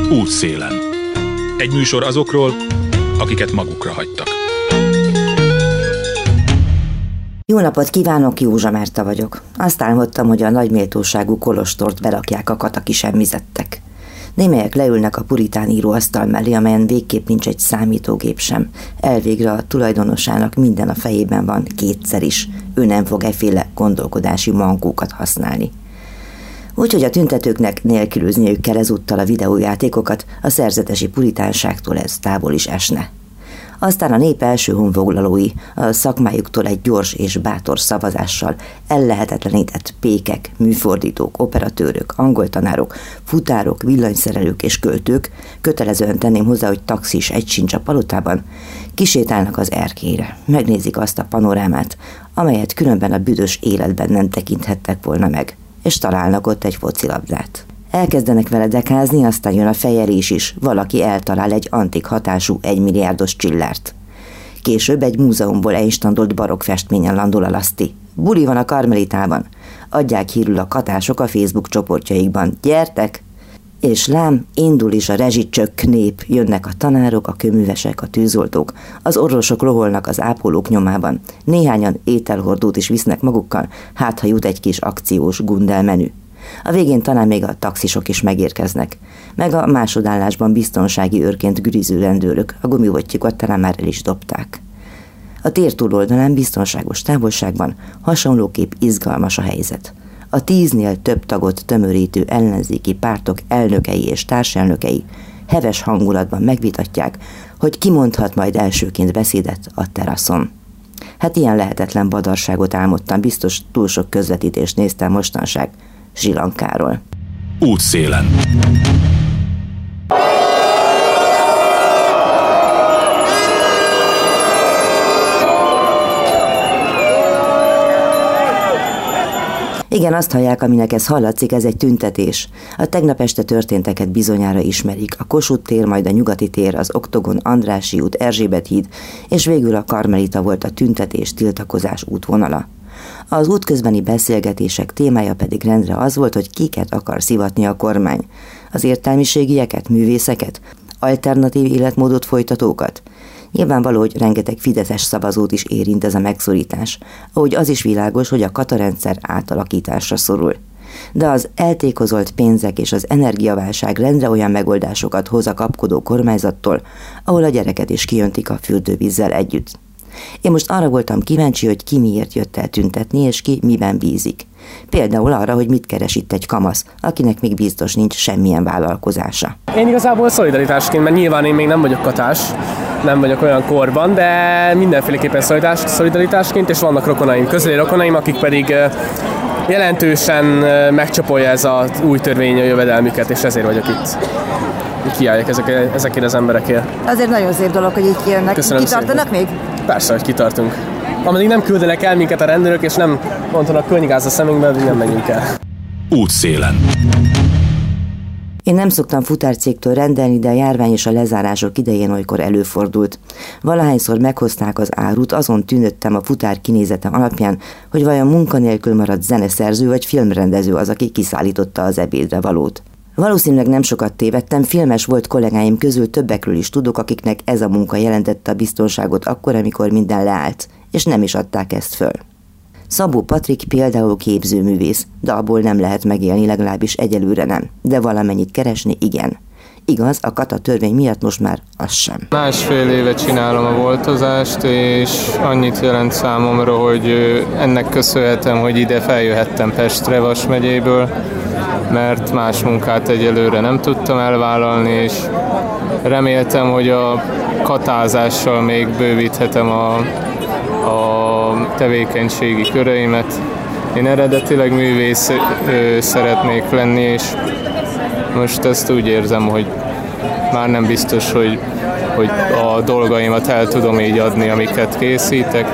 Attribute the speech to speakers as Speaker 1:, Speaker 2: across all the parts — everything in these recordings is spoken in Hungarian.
Speaker 1: Útszélen. Egy műsor azokról, akiket magukra hagytak.
Speaker 2: Jó napot kívánok, Józsa Márta vagyok. Azt álmodtam, hogy a nagyméltóságú kolostort berakják a katakisemmizettek. Némelyek leülnek a puritán íróasztal mellé, amelyen végképp nincs egy számítógép sem. Elvégre a tulajdonosának minden a fejében van kétszer is. Ő nem fog efféle gondolkodási mankókat használni. Úgyhogy a tüntetőknek nélkülözniük kell ezúttal a videójátékokat, a szerzetesi puritánságtól ez távol is esne. Aztán a nép első honfoglalói a szakmájuktól egy gyors és bátor szavazással ellehetetlenített pékek, műfordítók, operatőrök, angoltanárok, futárok, villanyszerelők és költők, kötelezően tenném hozzá, hogy taxis egy sincs a palotában, kisétálnak az erkélyre, megnézik azt a panorámát, amelyet különben a büdös életben nem tekinthettek volna meg, és találnak ott egy focilabdát. Elkezdenek vele dekázni, aztán jön a fejerés is, valaki eltalál egy antik hatású 1 milliárdos csillárt. Később egy múzeumból einstandolt barokk festményen landol a laszti. Buli van a Karmelitában. Adják hírül a katások a Facebook csoportjaikban. Gyertek! És lám, indul is a rezsicsök nép, jönnek a tanárok, a kőművesek, a tűzoltók, az orvosok loholnak az ápolók nyomában. Néhányan ételhordót is visznek magukkal, hát ha jut egy kis akciós gundelmenü. A végén talán még a taxisok is megérkeznek, meg a másodállásban biztonsági őrként güriző rendőrök, a gumivottyukat talán már el is dobták. A tér túloldalán biztonságos távolságban hasonlóképp izgalmas a helyzet. A 10-nél több tagot tömörítő ellenzéki pártok elnökei és társelnökei heves hangulatban megvitatják, hogy ki mondhat majd elsőként beszédet a teraszon. Hát ilyen lehetetlen badarságot álmodtam, biztos túl sok közvetítést néztem mostanság Sri Lankáról.
Speaker 1: Útszélen.
Speaker 2: Igen, azt hallják, aminek ez hallatszik, ez egy tüntetés. A tegnap este történteket bizonyára ismerik. A Kossuth tér, majd a Nyugati tér, az Oktogon, Andrássy út, Erzsébet híd, és végül a Karmelita volt a tüntetés, tiltakozás útvonala. Az útközbeni beszélgetések témája pedig rendre az volt, hogy kiket akar szivatni a kormány. Az értelmiségieket, művészeket, alternatív életmódot folytatókat. Nyilvánvaló, hogy rengeteg fideszes szavazót is érint ez a megszorítás, ahogy az is világos, hogy a katarendszer átalakításra szorul. De az eltékozolt pénzek és az energiaválság rendre olyan megoldásokat hoz a kapkodó kormányzattól, ahol a gyereket is kijöntik a fürdővízzel együtt. Én most arra voltam kíváncsi, hogy ki miért jött el tüntetni, és ki miben bízik. Például arra, hogy mit keres itt egy kamasz, akinek még biztos nincs semmilyen vállalkozása.
Speaker 3: Én igazából szolidaritásként, mert nyilván én még nem vagyok katás, nem vagyok olyan korban, de mindenféleképpen szolidaritásként, és vannak rokonaim, közeli rokonaim, akik pedig jelentősen megcsapolja ez az új törvény a jövedelmüket, és ezért vagyok itt. Kiálljak ezekért az emberekért.
Speaker 2: Azért nagyon szép dolog, hogy így kijönnek.
Speaker 3: Köszönöm. Kitartanak
Speaker 2: szépen. Még?
Speaker 3: Persze, hogy kitartunk. Ameddig nem küldenek el minket a rendőrök, és nem mondanak könnygáz a szemünkbe, addig nem menjünk el.
Speaker 1: Útszélen.
Speaker 2: Én nem szoktam futárcégtől rendelni, de a járvány és a lezárások idején olykor előfordult. Valahányszor meghozták az árut, azon tűnődtem a futár kinézete alapján, hogy vajon munkanélkül maradt zeneszerző vagy filmrendező az, aki kiszállította az ebédre valót. Valószínűleg nem sokat tévedtem, filmes volt kollégáim közül többekről is tudok, akiknek ez a munka jelentette a biztonságot akkor, amikor minden leállt, és nem is adták ezt föl. Szabó Patrik például képzőművész, de abból nem lehet megélni, legalábbis egyelőre nem, de valamennyit keresni igen. Igaz, a kata törvény miatt most már az sem.
Speaker 4: Másfél éve csinálom a voltozást, és annyit jelent számomra, hogy ennek köszönhetem, hogy ide feljöhettem Pestre, Vas megyéből, mert más munkát egyelőre nem tudtam elvállalni, és reméltem, hogy a katázással még bővíthetem a tevékenységi köreimet. Én eredetileg művész szeretnék lenni, és most ezt úgy érzem, hogy már nem biztos, hogy a dolgaimat el tudom így adni, amiket készítek.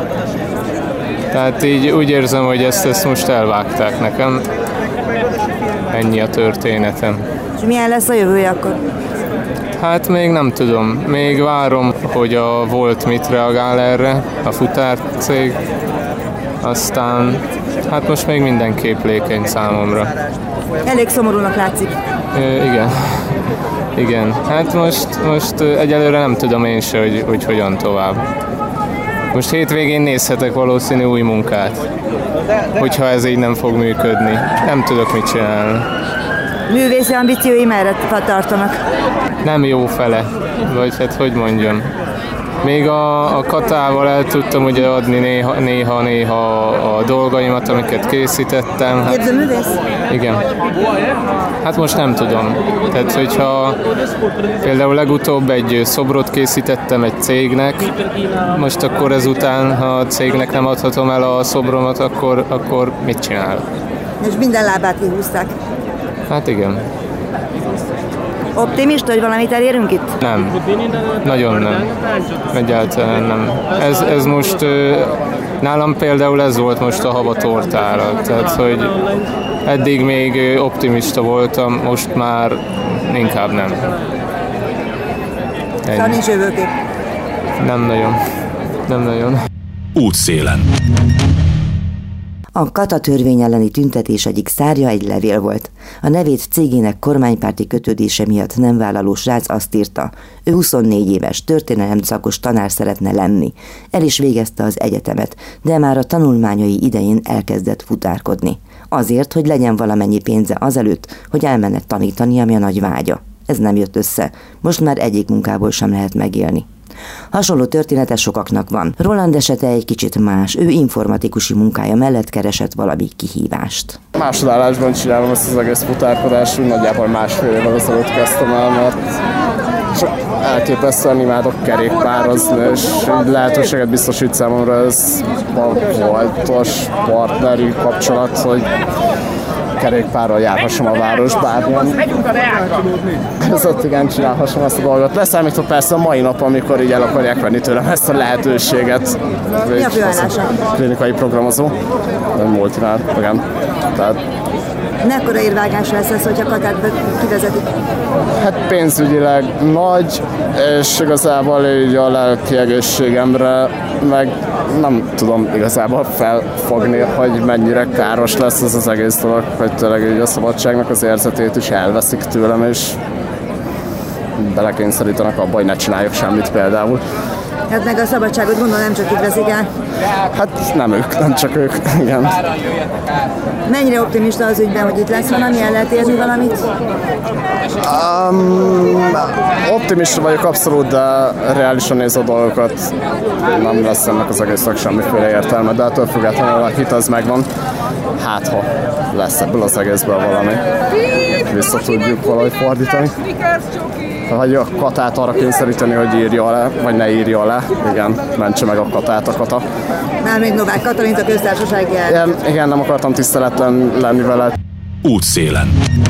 Speaker 4: Tehát így úgy érzem, hogy ezt most elvágták nekem. Ennyi a történetem.
Speaker 2: És milyen lesz a jövője akkor?
Speaker 4: Hát még nem tudom. Még várom, hogy a Volt mit reagál erre, a futárcég. Aztán, hát most még mindenképp lékeny számomra.
Speaker 2: Elég szomorúnak látszik.
Speaker 4: Igen. Igen. Hát most egyelőre nem tudom én se, hogy hogyan tovább. Most hétvégén nézhetek valószínű új munkát, hogyha ez így nem fog működni. Nem tudok mit csinálni.
Speaker 2: Művészi ambíciói merre tartanak?
Speaker 4: Nem jó fele, vagy hát hogy mondjam. Még a Katával el tudtam ugye adni néha a dolgaimat, amiket készítettem. Hát,
Speaker 2: képzőművész?
Speaker 4: Igen. Hát most nem tudom. Tehát, hogyha például legutóbb egy szobrot készítettem egy cégnek, most akkor ezután, ha a cégnek nem adhatom el a szobromat, akkor mit csinál?
Speaker 2: És minden lábát kihúzták.
Speaker 4: Hát igen.
Speaker 2: Optimista, hogy valamit elérünk itt?
Speaker 4: Nem. Nagyon nem. Egyáltalán nem. Ez most nálam például ez volt most a haba tortára. Tehát, hogy eddig még optimista voltam, most már inkább nem.
Speaker 2: Szóval nincs jövőkép.
Speaker 4: Nem nagyon.
Speaker 1: Útszélen.
Speaker 2: A Kata törvény elleni tüntetés egyik szárja egy levél volt. A nevét cégének kormánypárti kötődése miatt nem vállaló srác azt írta. Ő 24 éves, történelem szakos tanár szeretne lenni. El is végezte az egyetemet, de már a tanulmányai idején elkezdett futárkodni. Azért, hogy legyen valamennyi pénze azelőtt, hogy elmenne tanítani, ami a nagy vágya. Ez nem jött össze. Most már egyik munkából sem lehet megélni. Hasonló története sokaknak van. Roland esete egy kicsit más. Ő informatikusi munkája mellett keresett valami kihívást.
Speaker 5: Másodállásban csinálom ezt az egész futárkodást, nagyjából másfél évvel ezelőtt kezdtem el, mert elképesztően imádok kerékpározni, és lehetőséget biztosít számomra ez a voltos partneri kapcsolat, hogy kerékpárral járhassam a város bármilyen. Között igen, csinálhassam ezt a dolgot. Leszámítva persze a mai nap, amikor így el akarják venni tőlem ezt a lehetőséget.
Speaker 2: Mi a főállása?
Speaker 5: Klinikai programozó, multinál, igen. Tehát
Speaker 2: mekkora érvágás lesz ez, hogyha Katát kivezetik?
Speaker 5: hát pénzügyileg nagy, és igazából így a lelki egészségemre meg nem tudom igazából felfogni, hogy mennyire káros lesz ez az egész dolog, hogy tényleg így a szabadságnak az érzetét is elveszik tőlem, és belekényszerítenek abba, hogy ne csináljak semmit például.
Speaker 2: Hát meg a szabadságot gondolom nem csak itt veszik el.
Speaker 5: Hát nem csak ők, igen.
Speaker 2: Mennyire optimista az ügyben, hogy itt lesz valami, el lehet érni valamit?
Speaker 5: Optimista vagyok abszolút, de reálisan nézve a dolgokat nem lesz ennek az egésznek semmiféle értelme, de ettől függetlenül a hit az megvan. Hát ha lesz ebből az egészből valami, vissza tudjuk valahogy fordítani. Vagy a Katát arra kényszeríteni, hogy írja alá, vagy ne írja alá. Igen, mentse meg a Katát a Kata.
Speaker 2: Mármint Novák Katalint, a köztársasági elnök.
Speaker 5: Igen, nem akartam tiszteletlen lenni vele.
Speaker 1: Útszélen.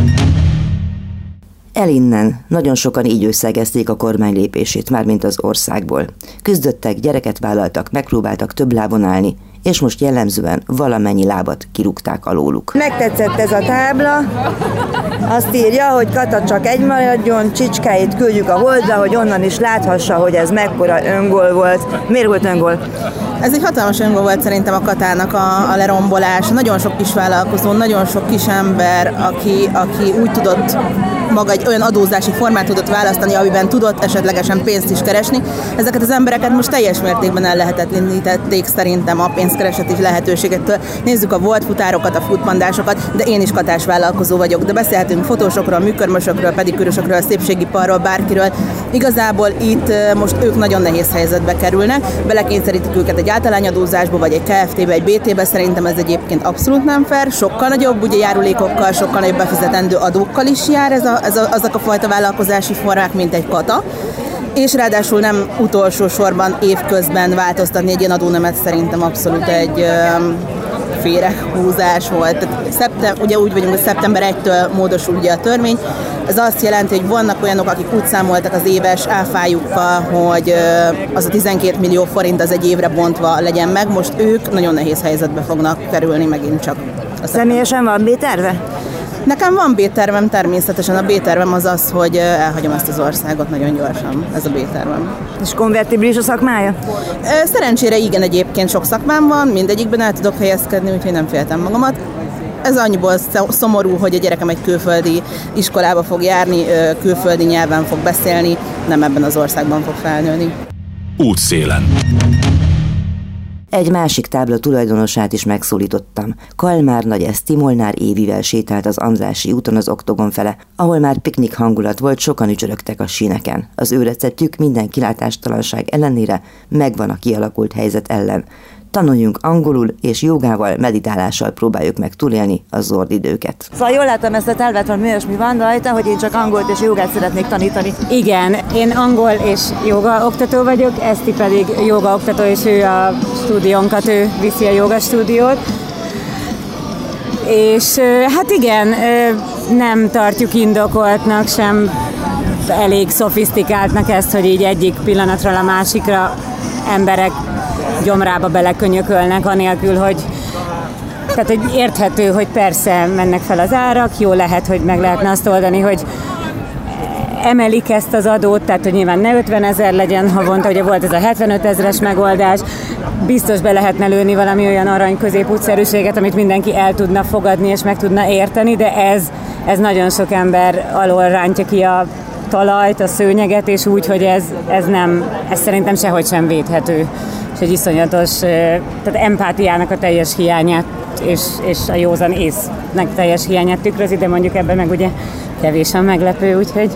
Speaker 2: Elinnen nagyon sokan így összegezték a kormány lépését, mármint az országból. Küzdöttek, gyereket vállaltak, megpróbáltak több lábon állni, és most jellemzően valamennyi lábat kirúgták alóluk. Megtetszett ez a tábla, azt írja, hogy Kata csak egy maradjon, Csicskáit küldjük a Holdra, hogy onnan is láthassa, hogy ez mekkora öngól volt. Miért volt öngól?
Speaker 6: Ez egy hatalmas öngól volt szerintem a Katának a lerombolás. Nagyon sok kis vállalkozó, nagyon sok kis ember, aki úgy tudott maga egy olyan adózási formát tudott választani, amiben tudott esetlegesen pénzt is keresni. Ezeket az embereket most teljes mértékben ellehetetlenítették szerintem a pénzkereseti lehetőségektől. Nézzük a volt futárokat, a futpandásokat, de én is katás vállalkozó vagyok, de beszélhetünk fotósokról, műkörmösökről, pedikűrösökről, szépségiparról, bárkiről. Igazából itt most ők nagyon nehéz helyzetbe kerülnek, belekényszerítik őket egy általányadózásba, vagy egy KFT-be, egy BT-be, szerintem ez egyébként abszolút nem fair, sokkal nagyobb ugye járulékokkal, sokkal nagyobb befizetendő adókkal is jár azok a fajta vállalkozási formák, mint egy Kata. És ráadásul nem utolsó sorban évközben változtatni egy ilyen adónemet szerintem abszolút egy félrehúzás volt. Ugye úgy vagyunk, hogy szeptember 1-től módosul ugye a törvény. Ez azt jelenti, hogy vannak olyanok, akik úgy számoltak az éves áfájukkal, hogy az a 12 millió forint az egy évre bontva legyen meg. Most ők nagyon nehéz helyzetbe fognak kerülni megint csak.
Speaker 2: Személyesen van B-terve?
Speaker 6: Nekem van B-tervem, természetesen a B-tervem az az, hogy elhagyom ezt az országot nagyon gyorsan, ez a B-tervem.
Speaker 2: És konvertibilis a szakmája?
Speaker 6: Szerencsére igen, egyébként sok szakmám van, mindegyikben el tudok helyezkedni, úgyhogy nem féltem magamat. ez annyiból szomorú, hogy a gyerekem egy külföldi iskolába fog járni, külföldi nyelven fog beszélni, nem ebben az országban fog felnőni.
Speaker 1: Útszélen.
Speaker 2: Egy másik tábla tulajdonosát is megszólítottam. Kalmár Nagy Eszti Molnár Évivel sétált az Andrássy úton az Oktogon fele, ahol már piknik hangulat volt, sokan ücsörögtek a síneken. Az ő receptjük minden kilátástalanság ellenére megvan a kialakult helyzet ellen. Tanuljunk angolul, és jogával, meditálással próbáljuk meg túlélni a zord időket. Szóval jól látom ezt a tervet, valami olyasmi van rajta, hogy én csak angolt és jogát szeretnék tanítani.
Speaker 7: Igen, én angol és joga oktató vagyok, Eszti pedig joga oktató, és ő a stúdiónkat, ő viszi a joga stúdiót. És hát igen, nem tartjuk indokoltnak sem elég szofisztikáltnak ezt, hogy így egyik pillanatról a másikra emberek gyomrába belekönyökölnek, anélkül, hogy tehát, hogy érthető, hogy persze mennek fel az árak, jó lehet, hogy meg lehetne azt oldani, hogy emelik ezt az adót, tehát, hogy nyilván ne 50 000 legyen havonta, ugye volt ez a 75 000-es megoldás, biztos be lehetne lőni valami olyan arany középútszerűséget, amit mindenki el tudna fogadni és meg tudna érteni, de ez nagyon sok ember alól rántja ki a talajt, a szőnyeget, és úgy, hogy ez szerintem sehogy sem védhető. És egy iszonyatos, tehát empátiának a teljes hiányát, és a józan észnek teljes hiányát tükrözi, de mondjuk ebben meg ugye kevésen meglepő, úgyhogy...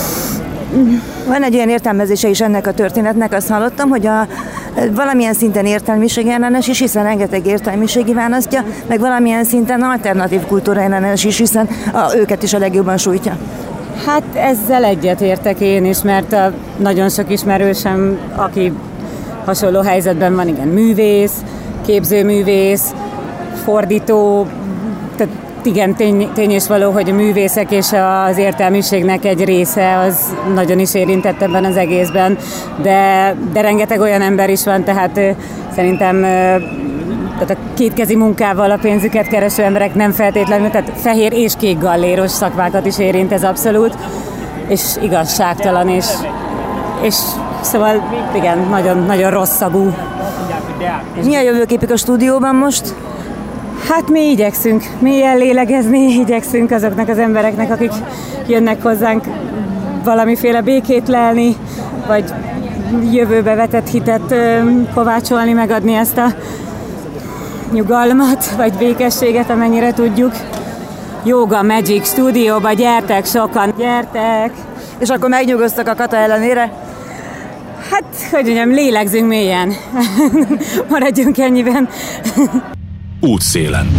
Speaker 2: Van egy olyan értelmezése is ennek a történetnek, azt hallottam, hogy valamilyen szinten értelmiség ellenes is, hiszen rengeteg értelmiségi választja, meg valamilyen szinten alternatív kultúra ellenes is, hiszen őket is a legjobban sújtja.
Speaker 7: Hát ezzel egyetértek én is, mert nagyon sok ismerősem, aki hasonló helyzetben van, igen, művész, képzőművész, fordító, tehát igen, tény és való, hogy a művészek és az értelmiségnek egy része az nagyon is érintett ebben az egészben, de rengeteg olyan ember is van, tehát szerintem tehát a kétkezi munkával a pénzüket kereső emberek nem feltétlenül, tehát fehér és kék galléros szakmákat is érint ez abszolút, és igazságtalan, és szóval igen, nagyon, nagyon rossz szagú.
Speaker 2: Mi a jövőképük a stúdióban most?
Speaker 7: Hát mi igyekszünk mélyen lélegezni, igyekszünk azoknak az embereknek, akik jönnek hozzánk valamiféle békét lelni, vagy jövőbe vetett hitet kovácsolni, megadni ezt a nyugalmat, vagy békességet, amennyire tudjuk. Yoga Magic stúdióba, gyertek sokan, gyertek!
Speaker 2: És akkor megnyugodtak a kata ellenére?
Speaker 7: Hát, hogy mondjam, lélegzünk mélyen. Maradjunk ennyiben.
Speaker 1: Útszélen.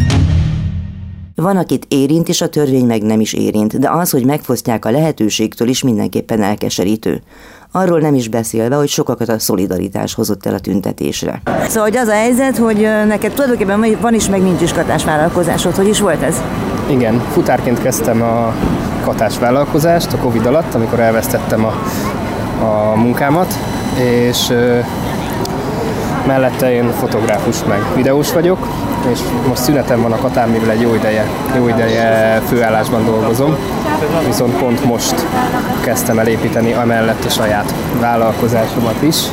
Speaker 2: Van, akit érint, és a törvény meg nem is érint, de az, hogy megfosztják a lehetőségtől is mindenképpen elkeserítő. Arról nem is beszélve, hogy sokakat a szolidaritás hozott el a tüntetésre. Szóval hogy az a helyzet, hogy neked tulajdonképpen van is, meg nincs is katásvállalkozásod. Hogy is volt ez?
Speaker 3: Igen, futárként kezdtem a katásvállalkozást a Covid alatt, amikor elvesztettem a munkámat, és mellette én fotográfus meg videós vagyok, és most szünetem van a katán, mivel egy jó ideje főállásban dolgozom, viszont pont most kezdtem el építeni amellett a saját vállalkozásomat is,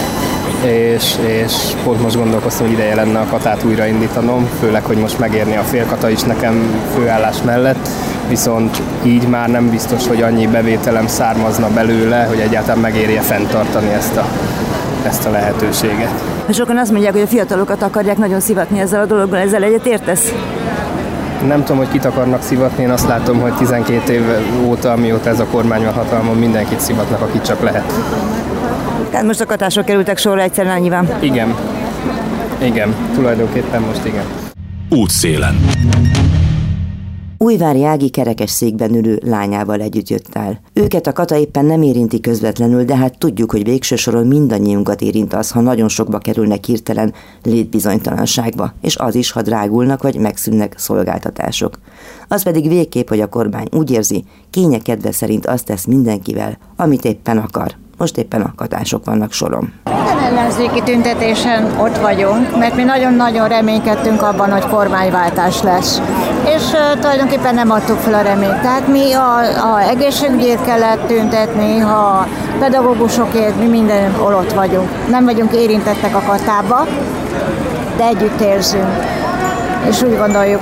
Speaker 3: és pont most gondolkoztam, hogy ideje lenne a katát újraindítanom, főleg, hogy most megérni a félkata is nekem főállás mellett, viszont így már nem biztos, hogy annyi bevételem származna belőle, hogy egyáltalán megérje fenntartani ezt a lehetőséget.
Speaker 2: Sokan azt mondják, hogy a fiatalokat akarják nagyon szivatni ezzel a dologgal, ezzel egyet értesz?
Speaker 3: Nem tudom, hogy kit akarnak szivatni, én azt látom, hogy 12 év óta, amióta ez a kormány van hatalmon, mindenkit szivatnak, akit csak lehet.
Speaker 2: Tehát most a katások kerültek sorra egyszerűen nyilván.
Speaker 3: Igen, tulajdonképpen most igen.
Speaker 1: Útszélen.
Speaker 2: Újvári Ági kerekesszékben ülő lányával együtt jött el. Őket a kata éppen nem érinti közvetlenül, de hát tudjuk, hogy végső soron mindannyiunkat érint az, ha nagyon sokba kerülnek hirtelen létbizonytalanságba, és az is, ha drágulnak vagy megszűnnek szolgáltatások. Az pedig végképp, hogy a kormány úgy érzi, kénye kedve szerint azt tesz mindenkivel, amit éppen akar. Most éppen a katások vannak soron.
Speaker 8: Minden ellenzéki tüntetésen ott vagyunk, mert mi nagyon-nagyon reménykedtünk abban, hogy kormányváltás lesz. És tulajdonképpen nem adtuk fel a reményt. Tehát mi a egészségügyért kellett tüntetni, ha pedagógusokért, mi minden ott vagyunk. Nem vagyunk érintettek a katába, de együtt érzünk. és úgy gondoljuk,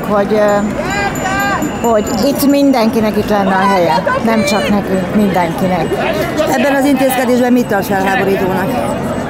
Speaker 8: hogy itt mindenkinek itt lenne a helye, nem csak nekünk, mindenkinek.
Speaker 2: Ebben az intézkedésben mit tart felháborítónak?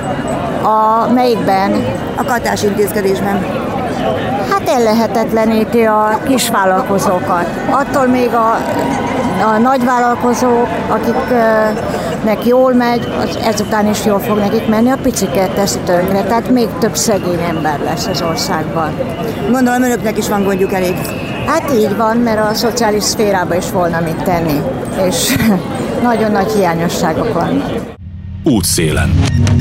Speaker 8: A melyikben?
Speaker 2: A katás intézkedésben.
Speaker 8: Hát ellehetetleníti a kisvállalkozókat. Attól még a nagyvállalkozók, akiknek jól megy, ezután is jól fog nekik menni, a piciket teszi tönkre, tehát még több szegény ember lesz az országban.
Speaker 2: Gondolom önöknek is van gondjuk elég.
Speaker 8: Hát így van, mert a szociális szférában is volna mit tenni, és nagyon nagy hiányosságok vannak.
Speaker 1: Útszélen.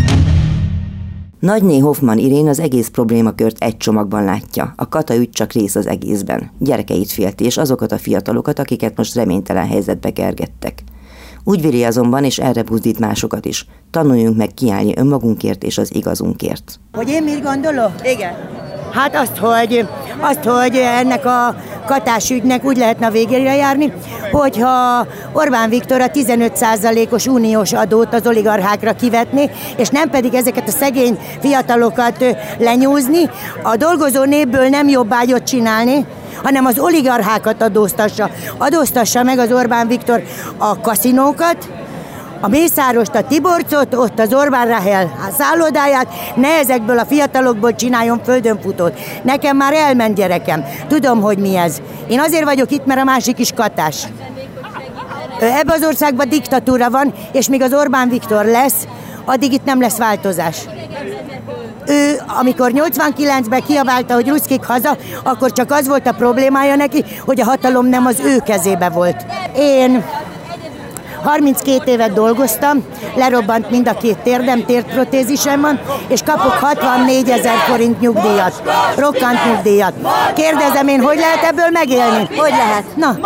Speaker 2: Nagyné Hoffman Irén az egész problémakört egy csomagban látja. A kata ügy csak rész az egészben. Gyerekeit félti, és azokat a fiatalokat, akiket most reménytelen helyzetbe kergettek. Úgy véli azonban, és erre buzdít másokat is. Tanuljunk meg kiállni önmagunkért és az igazunkért.
Speaker 9: Hogy én mit gondolok?
Speaker 6: Igen.
Speaker 9: Hát azt, hogy ennek a katásügynek úgy lehetne a végére járni, hogyha Orbán Viktor a 15%-os uniós adót az oligarchákra kivetni, és nem pedig ezeket a szegény fiatalokat lenyúzni, a dolgozó népből nem jobb ágyot csinálni, hanem az oligarchákat adóztassa. Adóztassa meg az Orbán Viktor a kaszinókat, a Mészárost, a Tiborcot, ott az Orbán Rahel szállodáját, ne ezekből a fiatalokból csináljon földönfutót. Nekem már elment gyerekem. Tudom, hogy mi ez. Én azért vagyok itt, mert a másik is katás. Ebben az országban diktatúra van, és míg az Orbán Viktor lesz, addig itt nem lesz változás. Ő, amikor 89-ben kiabálta, hogy ruszkik haza, akkor csak az volt a problémája neki, hogy a hatalom nem az ő kezébe volt. Én 32 évet dolgoztam, lerobbant mind a két térdem, térdprotézisem van, és kapok 64 000 forint nyugdíjat, rokkant nyugdíjat. Kérdezem én, hogy lehet ebből megélni?
Speaker 2: Hogy lehet?
Speaker 9: Na,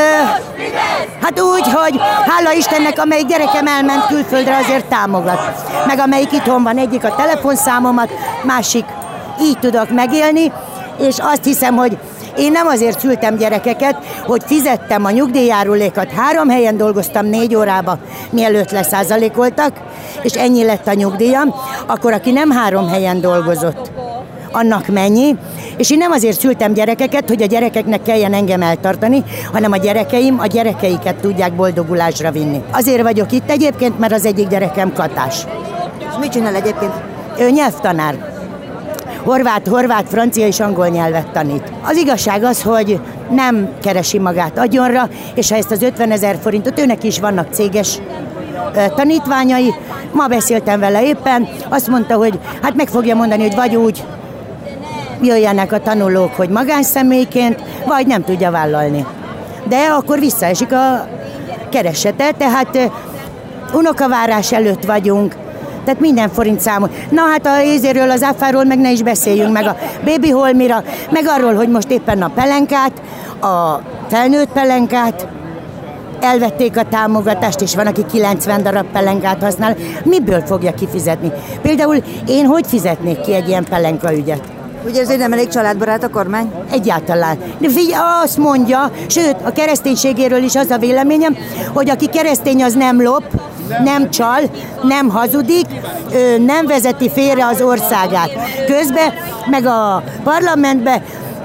Speaker 9: hát úgy, hogy hála Istennek, amelyik gyerekem elment külföldre, azért támogat. Meg amelyik itthon van, egyik a telefonszámomat, másik így tudok megélni, és azt hiszem, hogy én nem azért szültem gyerekeket, hogy fizettem a nyugdíjjárulékat. 3 helyen dolgoztam 4 órába, mielőtt leszázalékoltak, és ennyi lett a nyugdíjam. Akkor aki nem 3 helyen dolgozott, annak mennyi? És én nem azért szültem gyerekeket, hogy a gyerekeknek kelljen engem eltartani, hanem a gyerekeim a gyerekeiket tudják boldogulásra vinni. Azért vagyok itt egyébként, mert az egyik gyerekem katás.
Speaker 2: És mit csinál egyébként?
Speaker 9: Ő nyelvtanár. Horvát, francia és angol nyelvet tanít. Az igazság az, hogy nem keresi magát agyonra, és ha ezt az 50 000 forintot, őnek is vannak céges tanítványai, ma beszéltem vele éppen, azt mondta, hogy hát meg fogja mondani, hogy vagy úgy jöjjenek a tanulók, hogy magánszemélyként, vagy nem tudja vállalni. De akkor visszaesik a keresete, tehát unokavárás előtt vagyunk, tehát minden forint számol. Na hát a ézéről, az áfáról meg ne is beszéljünk, meg a baby holmira, meg arról, hogy most éppen a pelenkát, a felnőtt pelenkát, elvették a támogatást, és van, aki 90 darab pelenkát használ. Miből fogja kifizetni? Például én hogy fizetnék ki egy ilyen pelenkaügyet?
Speaker 2: Úgy érzi, nem elég családbarát a kormány?
Speaker 9: Egyáltalán. De figyelj, azt mondja, sőt, a kereszténységéről is az a véleményem, hogy aki keresztény, az nem lop, nem csal, nem hazudik, nem vezeti félre az országát. Közben meg a parlamentbe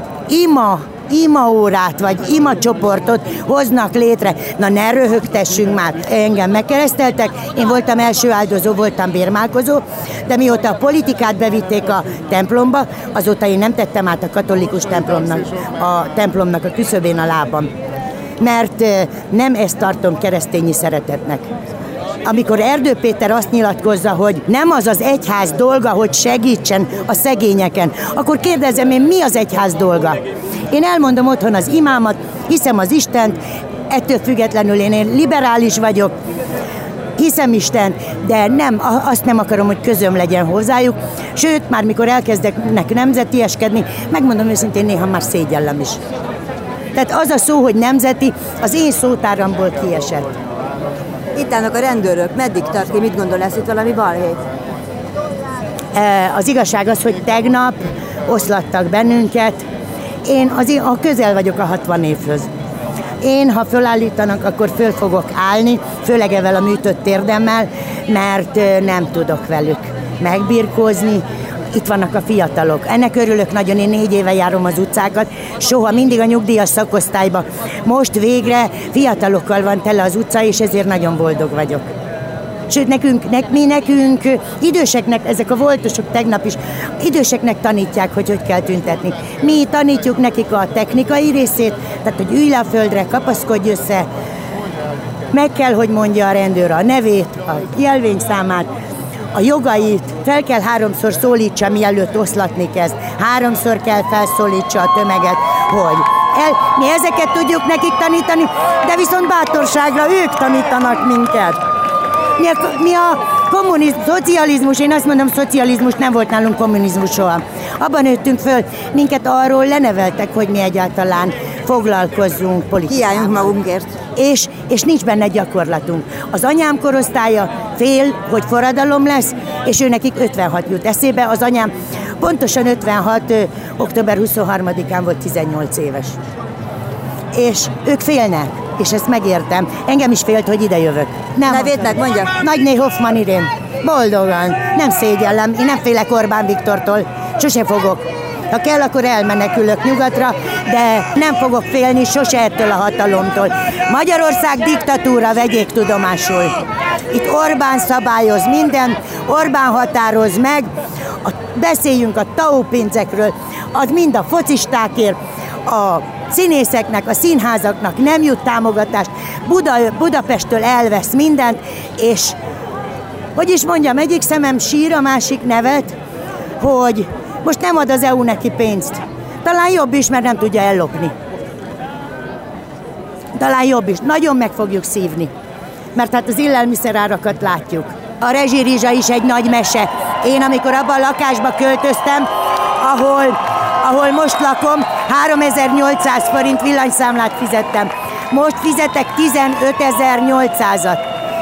Speaker 9: imaórát vagy imacsoportot hoznak létre. Na ne röhögtessünk már. Engem megkereszteltek, én voltam első áldozó, voltam bérmálkozó, de mióta a politikát bevitték a templomba, azóta én nem tettem át a katolikus templomnak a küszöbén a lábam. Mert nem ezt tartom keresztényi szeretetnek. Amikor Erdő Péter azt nyilatkozza, hogy nem az az egyház dolga, hogy segítsen a szegényeken, akkor kérdezem én, mi az egyház dolga? Én elmondom otthon az imámat, hiszem az Istent, ettől függetlenül én liberális vagyok, hiszem Istent, de azt nem akarom, hogy közöm legyen hozzájuk. Sőt, már mikor elkezdek nemzetieskedni, megmondom őszintén, néha már szégyellem is. Tehát az a szó, hogy nemzeti, az én szótáramból kiesett.
Speaker 2: Itt állnak a rendőrök, meddig tart ki, mit gondol, lesz itt valami balhé?
Speaker 9: Az igazság az, hogy tegnap oszlattak bennünket. Én közel vagyok a 60 évhöz. Én, ha fölállítanak, akkor föl fogok állni, főleg ezzel a műtött térdemmel, mert nem tudok velük megbirkózni. itt vannak a fiatalok. Ennek örülök nagyon, én 4 éve járom az utcákat, soha mindig a nyugdíjas szakosztályba. Most végre fiatalokkal van tele az utca, és ezért nagyon boldog vagyok. Sőt, nekünk időseknek, ezek a voltosok tegnap is, időseknek tanítják, hogy kell tüntetni. Mi tanítjuk nekik a technikai részét, tehát hogy ülj le a földre, kapaszkodj össze, meg kell, hogy mondja a rendőr a nevét, a jelvényszámát, a jogait, fel kell 3-szor szólítsa, mielőtt oszlatni kezd. 3-szor kell felszólítsa a tömeget, hogy mi ezeket tudjuk nekik tanítani, de viszont bátorságra ők tanítanak minket. Mi a szocializmus, én azt mondom, szocializmus, nem volt nálunk kommunizmus soha. Abban nőttünk föl, minket arról leneveltek, hogy mi egyáltalán foglalkozzunk politikával.
Speaker 10: Kiálljunk magunkért.
Speaker 9: És nincs benne gyakorlatunk. Az anyám korosztálya fél, hogy forradalom lesz, és ő nekik 56 jut eszébe. Az anyám pontosan 56. október 23-án volt 18 éves. És ők félnek, és ezt megértem. Engem is félt, hogy ide jövök.
Speaker 10: Nevét megmondja?
Speaker 9: Nagyné Hoffman Irén. Boldogan. Nem szégyellem. Én nem félek Orbán Viktortól. Sose fogok. Ha kell, akkor elmenekülök nyugatra, de nem fogok félni sose ettől a hatalomtól. Magyarország diktatúra, vegyék tudomásul. Itt Orbán szabályoz minden, Orbán határoz meg, beszéljünk a TAO-pénzekről, az mind a focistákért, a színészeknek, a színházaknak nem jut támogatást, Budapesttől elvesz mindent, és hogy is mondjam, egyik szemem sír, a másik nevet, hogy most nem ad az EU neki pénzt. Talán jobb is, mert nem tudja ellopni. Talán jobb is. Nagyon meg fogjuk szívni. Mert hát az élelmiszerárakat látjuk. A rezsirizsa is egy nagy mese. Én, amikor abban a lakásba költöztem, ahol most lakom, 3800 forint villanyszámlát fizettem. Most fizetek 15.800-at.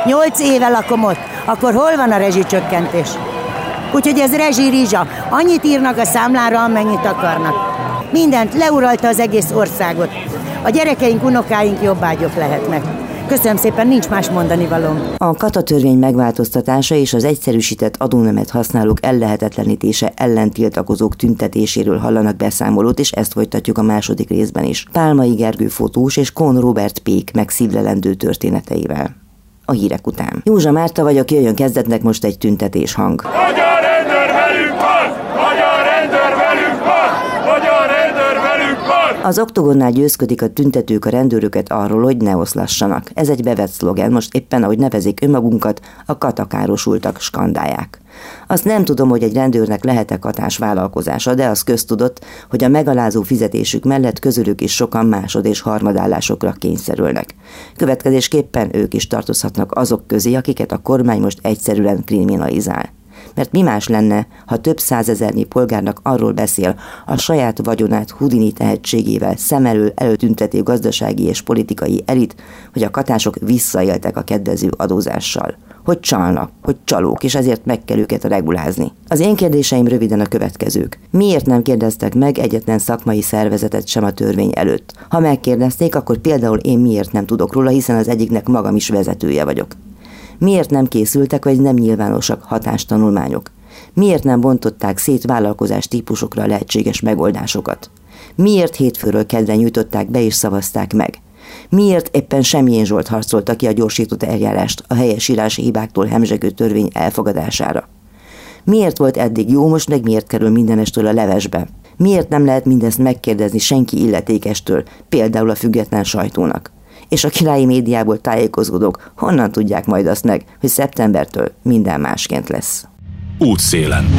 Speaker 9: 8 éve lakom ott. Akkor hol van a rezsicsökkentés? Úgyhogy ez rezsirizsa. Annyit írnak a számlára, amennyit akarnak. Mindent leuralta az egész országot. A gyerekeink, unokáink jobbágyok lehetnek. Köszönöm szépen, nincs más mondanivalóm.
Speaker 2: A katatörvény megváltoztatása és az egyszerűsített adónemet használók ellehetetlenítése ellen tiltakozók tüntetéséről hallanak beszámolót, és ezt folytatjuk a második részben is. Pálmai Gergő fotós és Kohn Róbert Pék megszívlelendő történeteivel. A hírek után. Józsa Márta vagyok, jöjjön kezdetnek most egy tüntetés hang.
Speaker 11: Magyar rendőr velünk van! Magyar rendőr velünk van! Magyar rendőr velünk van!
Speaker 2: Az Oktogonnál győzködik a tüntetők a rendőröket arról, hogy ne oszlassanak. Ez egy bevett szlogen, most éppen ahogy nevezik önmagunkat, a katakárosultak skandálják. Azt nem tudom, hogy egy rendőrnek lehet-e katás vállalkozása, de az köztudott, hogy a megalázó fizetésük mellett közülük is sokan másod- és harmadállásokra kényszerülnek. Következésképpen ők is tartozhatnak azok közé, akiket a kormány most egyszerűen kriminalizál. Mert mi más lenne, ha több százezernyi polgárnak arról beszél, a saját vagyonát Houdini tehetségével szem elől előtüntető gazdasági és politikai elit, hogy a katások visszaéltek a kedvező adózással. Hogy csalnak, hogy csalók, és ezért meg kell őket regulázni. Az én kérdéseim röviden a következők. Miért nem kérdeztek meg egyetlen szakmai szervezetet sem a törvény előtt? Ha megkérdezték, akkor például én miért nem tudok róla, hiszen az egyiknek magam is vezetője vagyok. Miért nem készültek, vagy nem nyilvánosak hatástanulmányok? Miért nem bontották szét vállalkozás típusokra a lehetséges megoldásokat? Miért hétfőről kedre nyújtották be és szavazták meg? Miért éppen Semjén Zsolt harcolta ki a gyorsított eljárást a helyesírási hibáktól hemzsegő törvény elfogadására? Miért volt eddig jó, most meg miért kerül mindenestől a levesbe? Miért nem lehet mindezt megkérdezni senki illetékestől, például a független sajtónak? És a királyi médiából tájékozódók honnan tudják majd azt meg, hogy szeptembertől minden másként lesz?
Speaker 1: Útszélen.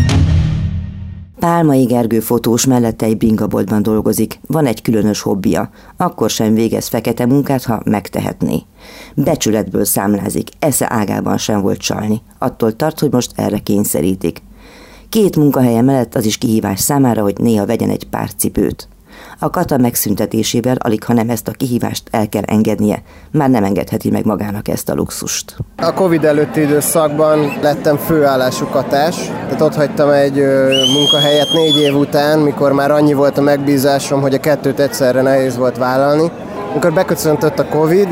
Speaker 2: Pálmai Gergő fotós mellette egy bringaboltban dolgozik, van egy különös hobbija, akkor sem végez fekete munkát, ha megtehetné. Becsületből számlázik, esze ágában sem volt csalni, attól tart, hogy most erre kényszerítik. 2 munkahelye mellett az is kihívás számára, hogy néha vegyen egy pár cipőt. A kata megszüntetésével alig, hanem ezt a kihívást el kell engednie, már nem engedheti meg magának ezt a luxust.
Speaker 12: A Covid előtti időszakban lettem főállású katás, tehát ott hagytam egy munkahelyet 4 év után, mikor már annyi volt a megbízásom, hogy a 2-t egyszerre nehéz volt vállalni. Amikor beköszöntött a Covid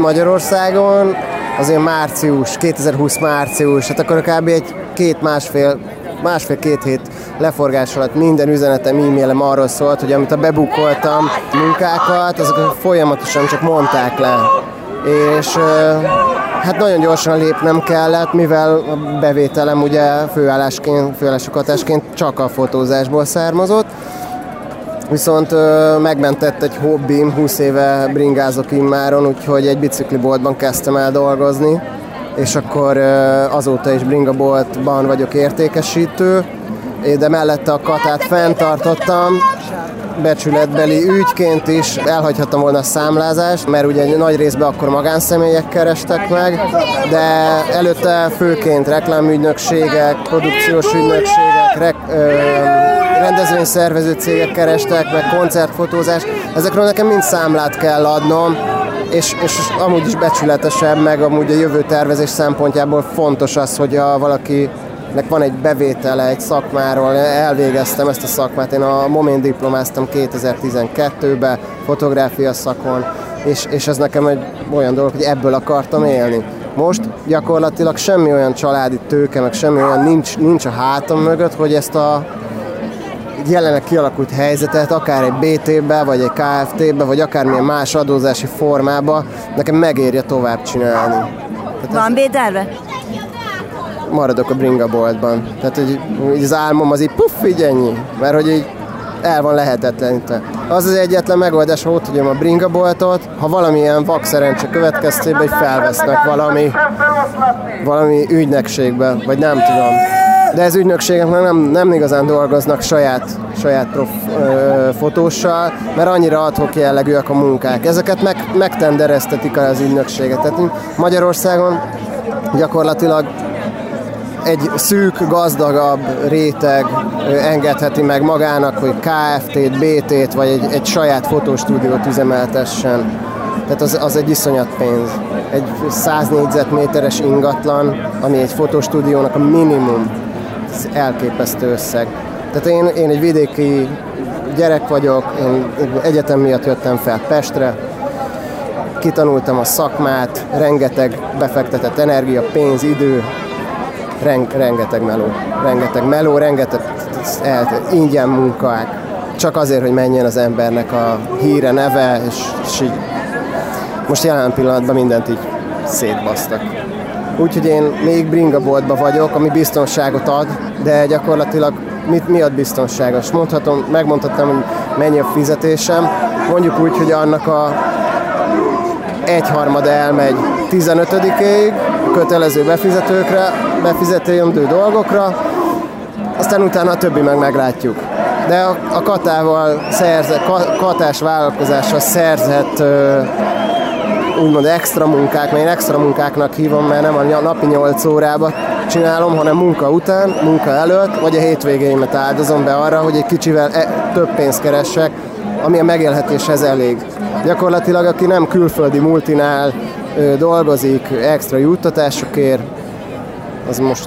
Speaker 12: Magyarországon, azért 2020 március, hát akkor kb. egy 2-1,5 másfél-két hét leforgás alatt minden üzenetem, e-mailem arról szólt, hogy amit bebukoltam munkákat, azokat folyamatosan csak mondták le. És hát nagyon gyorsan lépnem kellett, mivel a bevételem ugye főállású katásként csak a fotózásból származott. Viszont megmentett egy hobbim, 20 éve bringázok immáron, úgyhogy egy bicikliboltban kezdtem el dolgozni, és akkor azóta is bringaboltban vagyok értékesítő, de mellette a katát fenntartottam, becsületbeli ügyként is elhagyhattam volna a számlázást, mert ugye nagy részben akkor magánszemélyek kerestek meg, de előtte főként reklámügynökségek, produkciós ügynökségek, rendezvényszervező cégek kerestek, meg koncertfotózás. Ezekről nekem mind számlát kell adnom, és amúgy is becsületesebb, meg amúgy a jövőtervezés szempontjából fontos az, hogy ha valakinek van egy bevétele egy szakmáról, elvégeztem ezt a szakmát, én a Momén diplomáztam 2012-ben fotográfia szakon, és ez nekem egy olyan dolog, hogy ebből akartam élni. Most gyakorlatilag semmi olyan családi tőke, meg semmi olyan nincs a hátam mögött, hogy ezt a jelenleg kialakult helyzetet, akár egy BT-be, vagy egy KFT-be, vagy akármilyen más adózási formába, nekem megérje tovább csinálni.
Speaker 10: Van B-terve?
Speaker 12: Maradok a bringaboltban. Tehát, hogy az álmom az így puff, így ennyi. Mert hogy így el van lehetetlenítve. Az az egyetlen megoldás, ha ott hagyom a bringaboltot, ha valamilyen vakszerencse következtében így felvesznek valami ügynökségbe, vagy nem tudom. De ez ügynökségek nem igazán dolgoznak saját fotóssal, mert annyira ad-hoc jellegűek a munkák. Ezeket megtendereztetik az ügynökséget. Tehát Magyarországon gyakorlatilag egy szűk, gazdagabb réteg engedheti meg magának, hogy KFT-t, BT-t vagy egy saját fotostúdiót üzemeltessen. Tehát az egy iszonyat pénz. Egy 100 négyzetméteres ingatlan, ami egy fotostúdiónak a minimum, ez elképesztő összeg. Tehát én egy vidéki gyerek vagyok, én egyetem miatt jöttem fel Pestre, kitanultam a szakmát, rengeteg befektetett energia, pénz, idő, rengeteg meló, rengeteg ingyen munkák, csak azért, hogy menjen az embernek a híre, neve, és így most jelen pillanatban mindent így szétbasztak. Úgyhogy én még bringaboltban vagyok, ami biztonságot ad, de gyakorlatilag mi ad biztonságos? Megmondhatom, hogy mennyi a fizetésem, mondjuk úgy, hogy annak a egyharmada elmegy 15-ig, kötelező befizető dolgokra, aztán utána a többi meglátjuk. De a katával katás vállalkozással szerzett úgymond extra munkák, mert én extra munkáknak hívom, mert nem a napi 8 órába csinálom, hanem munka után, munka előtt, vagy a hétvégéimet áldozom be arra, hogy egy kicsivel több pénzt keressek, ami a megélhetéshez elég. Gyakorlatilag, aki nem külföldi multinál dolgozik extra juttatásokért, az most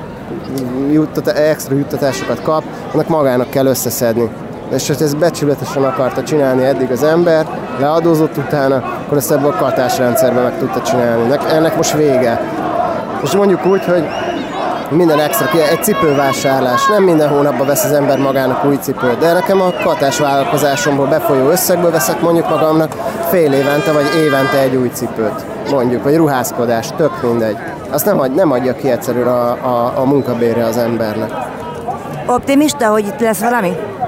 Speaker 12: extra juttatásokat kap, annak magának kell összeszedni. És ha ezt becsületesen akarta csinálni eddig az ember, leadózott utána, akkor ezt ebből a katásrendszerben meg tudta csinálni. Ennek most vége. És mondjuk úgy, hogy minden extra, egy cipővásárlás, nem minden hónapban vesz az ember magának új cipőt, de nekem a katás vállalkozásomból befolyó összegből veszek mondjuk magamnak fél évente vagy évente egy új cipőt, mondjuk, vagy ruházkodás, tök mindegy. Azt nem adja ki egyszerűen a munkabérre az embernek.
Speaker 10: Optimista, hogy itt lesz valami?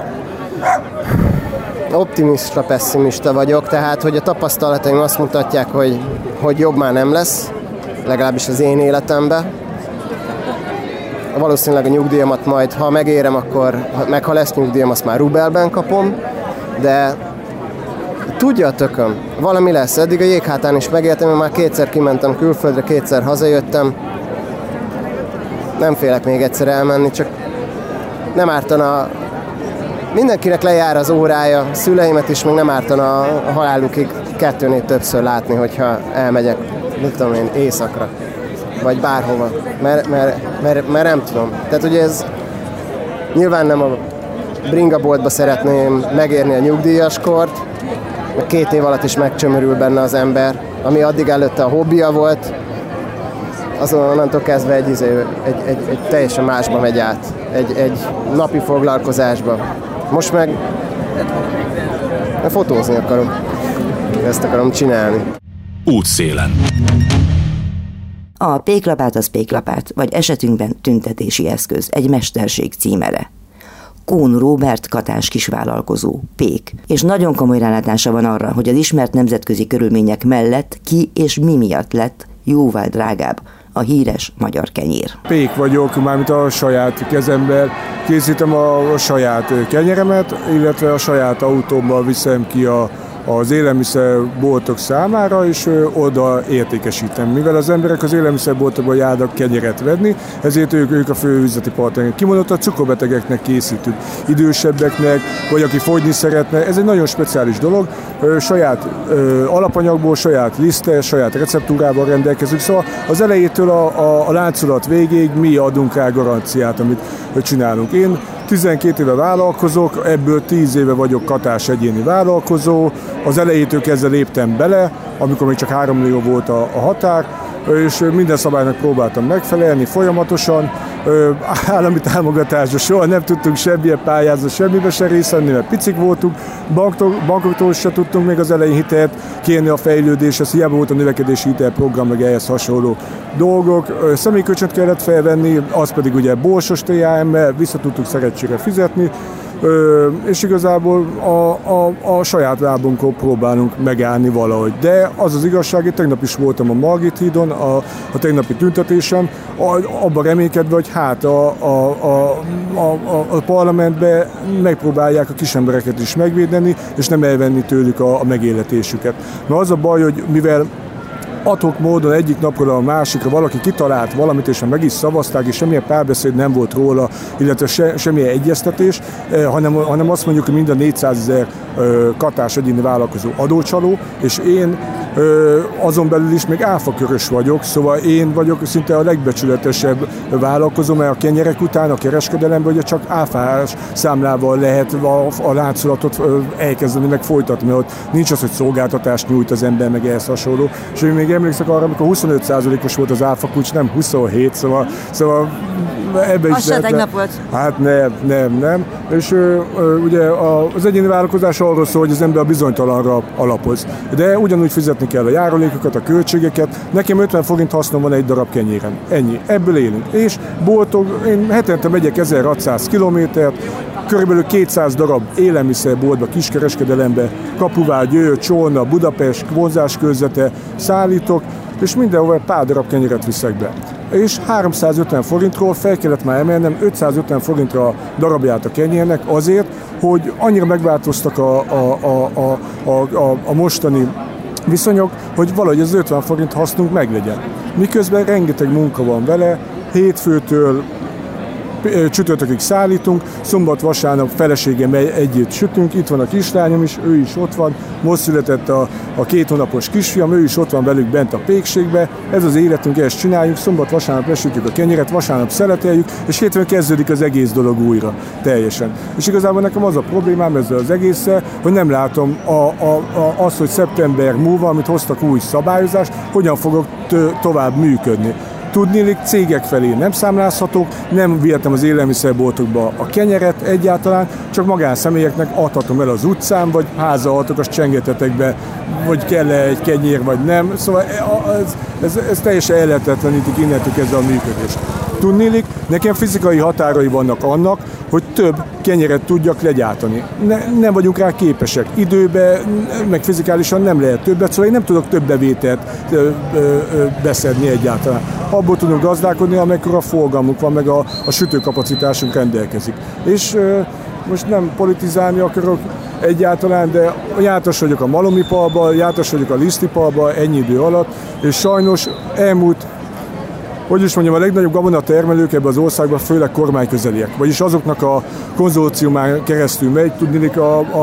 Speaker 12: Optimista, pessimista vagyok, tehát hogy a tapasztalataim azt mutatják, hogy jobb már nem lesz, legalábbis az én életemben. Valószínűleg a nyugdíjamat majd, ha megérem, akkor, meg ha lesz nyugdíjam, azt már rubelben kapom, de tudja a tököm, valami lesz. Eddig a jéghátán is megéltem, én már kétszer kimentem külföldre, kétszer hazajöttem. Nem félek még egyszer elmenni, csak nem ártana. Mindenkinek lejár az órája, szüleimet is még nem ártana a halálukig 2-4 többször látni, hogyha elmegyek, mit tudom én, éjszakra, vagy bárhova, mert nem tudom. Tehát ugye ez nyilván nem a bringaboltba szeretném megérni a nyugdíjaskort, mert 2 év alatt is megcsömörül benne az ember, ami addig előtte a hobbija volt, onnantól kezdve egy teljesen másba megy át, egy napi foglalkozásba. Most meg fotózni akarok, ezt akarom csinálni.
Speaker 1: Útszélen.
Speaker 2: A péklapát az péklapát, vagy esetünkben tüntetési eszköz, egy mesterség címere. Kuhn Róbert katás kisvállalkozó, pék, és nagyon komoly rálátása van arra, hogy az ismert nemzetközi körülmények mellett ki és mi miatt lett jóval drágább a híres magyar kenyér.
Speaker 13: Pék vagyok, mármint a saját kezemben készítem a saját kenyeremet, illetve a saját autómmal viszem ki az élelmiszerboltok számára, és oda értékesítem. Mivel az emberek az élelmiszerboltokban járnak kenyeret venni, ezért ők a fő üzleti partnerek. Kimondottan cukorbetegeknek készítünk, idősebbeknek, vagy aki fogyni szeretne. Ez egy nagyon speciális dolog. Saját alapanyagból, saját liszttel, saját receptúrával rendelkezünk. Szóval az elejétől a láncolat végéig mi adunk rá garanciát, amit csinálunk. Én 12 éve vállalkozok, ebből 10 éve vagyok katás egyéni vállalkozó. Az elejétől kezdve léptem bele, amikor még csak 3 millió volt a határ, és minden szabálynak próbáltam megfelelni folyamatosan. Állami támogatásra soha nem tudtunk semmilyen pályázni, semmibe se részt venni, mert picik voltunk, bankoktól se tudtunk még az elején hitelt kérni a fejlődéshez, hiába volt a növekedési hitelprogram, meg ehhez hasonló dolgok. Személykölcsönt kellett felvenni, az pedig ugye borsos TAM-mel vissza tudtuk szerencsére fizetni, és igazából a saját lábunkon próbálunk megállni valahogy. De az az igazság, hogy tegnap is voltam a Margit hídon, a tegnapi tüntetésen, abban reménykedve, hogy hát a parlamentben megpróbálják a kisembereket is megvédeni, és nem elvenni tőlük a megélhetésüket. Mert az a baj, hogy mivel ad-hoc módon egyik napról a másikra valaki kitalált valamit, és meg is szavazták, és semmilyen párbeszéd nem volt róla, illetve semmilyen egyeztetés, hanem azt mondjuk, hogy minden 400 000 katás egyéni vállalkozó adócsaló, és én azon belül is még áfakörös vagyok, szóval én vagyok szinte a legbecsületesebb vállalkozó, mert a kenyerek után a kereskedelemben ugye csak áfás számlával lehet a láncolatot elkezdeni, meg folytatni, mert ott nincs az, hogy szolgáltatást nyújt az ember, meg ehhez hasonló. És én még emlékszek arra, amikor 25%-os volt az áfakulcs, nem 27, szóval ebbe is
Speaker 10: se tegnap volt.
Speaker 13: Hát nem. És ugye az egyéni vállalkozás arról szól, hogy az ember a bizonytalanra alapoz. De ugyanúgy fizetni kell a járulékokat, a költségeket. Nekem 50 forint hasznom van egy darab kenyéren. Ennyi. Ebből élünk. És boltok, én hetente megyek 1600 kilométert, körülbelül 200 darab élelmiszerboltba, kiskereskedelembe, Kapuvár, Győr, Csolna, Budapest, vonzáskörzete szállítok, és mindenhol pár darab kenyeret viszek be. És 350 forintról fel kellett már emelnem 550 forintra a darabját a kenyérnek azért, hogy annyira megváltoztak a mostani viszonyok, hogy valahogy az 50 forint hasznunk meglegyen. Miközben rengeteg munka van vele, hétfőtől csütörtökig szállítunk, szombat-vasárnap feleségem együtt sütünk, itt van a kislányom is, ő is ott van, most született a 2 hónapos kisfiam, ő is ott van velük bent a pékségbe, ez az életünk, ezt csináljuk, szombat-vasárnap lesütjük a kenyeret, vasárnap szeleteljük, és hétfőn kezdődik az egész dolog újra, teljesen. És igazából nekem az a problémám ezzel az egésszel, hogy nem látom azt, hogy szeptember múlva, amit hoztak új szabályozást, hogyan fogok tovább működni. Tudniillik, cégek felé nem számlázhatók, nem vihetem az élelmiszerboltokba a kenyeret egyáltalán, csak magánszemélyeknek adhatom el az utcán, vagy házalhatok, azt csengetetek be, vagy kell-e egy kenyér, vagy nem. Szóval ez teljesen ellehetetlenítik innentől kezdve a működést. Tudniillik, nekem fizikai határai vannak annak, hogy több kenyeret tudjak legyártani. Nem vagyunk rá képesek. Időben, meg fizikálisan nem lehet többet, szóval én nem tudok több bevételt beszedni egyáltalán. Abból tudunk gazdálkodni, amekkora forgalmunk van, meg a sütőkapacitásunk rendelkezik. És most nem politizálni akarok egyáltalán, de jártas vagyok a malomiparban, jártas vagyok a lisztiparban ennyi idő alatt, és sajnos elmúlt hogy is mondjam, a legnagyobb gabonatermelők ebben az országban főleg kormányközeliek, vagyis azoknak a konzorciumán keresztül megy, tudnék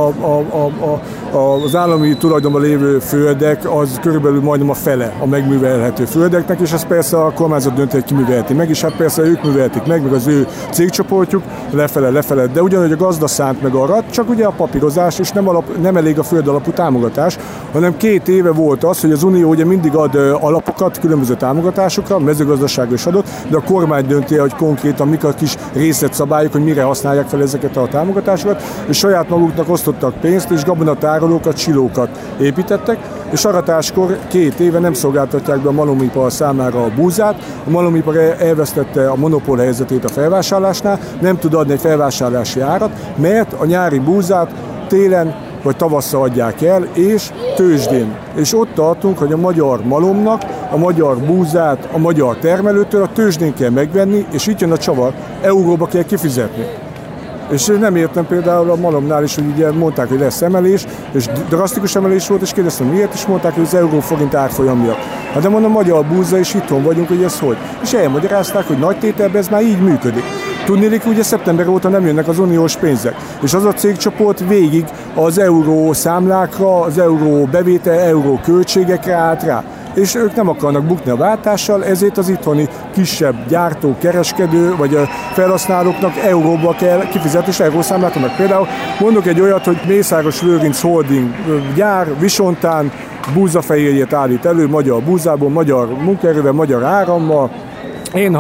Speaker 13: az állami tulajdonban lévő földek, az körülbelül majdnem a fele a megművelhető földeknek, és ez persze a kormányzat dönti, hogy ki művelheti meg, és hát persze ők művelhetik meg az ő cégcsoportjuk, lefele, de ugyanúgy a gazda szánt meg arat, csak ugye a papírozás, és nem elég a föld alapú támogatás, hanem 2 éve volt az, hogy az Unió ugye mindig ad alapokat különböző támogatásokra, mezőgazdaságra is adott, de a kormány dönti, hogy konkrétan mik a kis részletszabályok, hogy mire használják fel ezeket a támogatásokat, és saját maguknak osztottak pénzt, és gabonatárolókat, silókat építettek, és aratáskor 2 éve nem szolgáltatják be a malomipar számára a búzát. A malomipar elvesztette a monopól helyzetét a felvásárlásnál, nem tud adni egy felvásárlási árat, mert a nyári búzát télen vagy tavasszal adják el, és tőzsdén. És ott tartunk, hogy a magyar malomnak, a magyar búzát a magyar termelőtől a tőzsdén kell megvenni, és itt jön a csavar, euróba kell kifizetni. És nem értem például a malomnál is, hogy ugye mondták, hogy lesz emelés, és drasztikus emelés volt, és kérdeztem miért, és mondták, hogy az euró-forint árfolyam miatt. Hát de mondom, magyar búza, és itthon vagyunk, hogy ez hogy. És elmagyarázták, hogy nagy tételben ez már így működik. Tudnélik, ugye szeptember óta nem jönnek az uniós pénzek, és az a cégcsoport végig az euró számlákra, az euró bevétel, euró költségekre állt rá. És ők nem akarnak bukni a váltással, ezért az itthoni kisebb gyártó, kereskedő vagy a felhasználóknak euróba kell kifizetni, és eurószámlát adnak. Például mondok egy olyat, hogy Mészáros Lőrinc Holding gyár Visontán búzafehérjét állít elő, magyar búzából, magyar munkaerővel, magyar árammal. Én,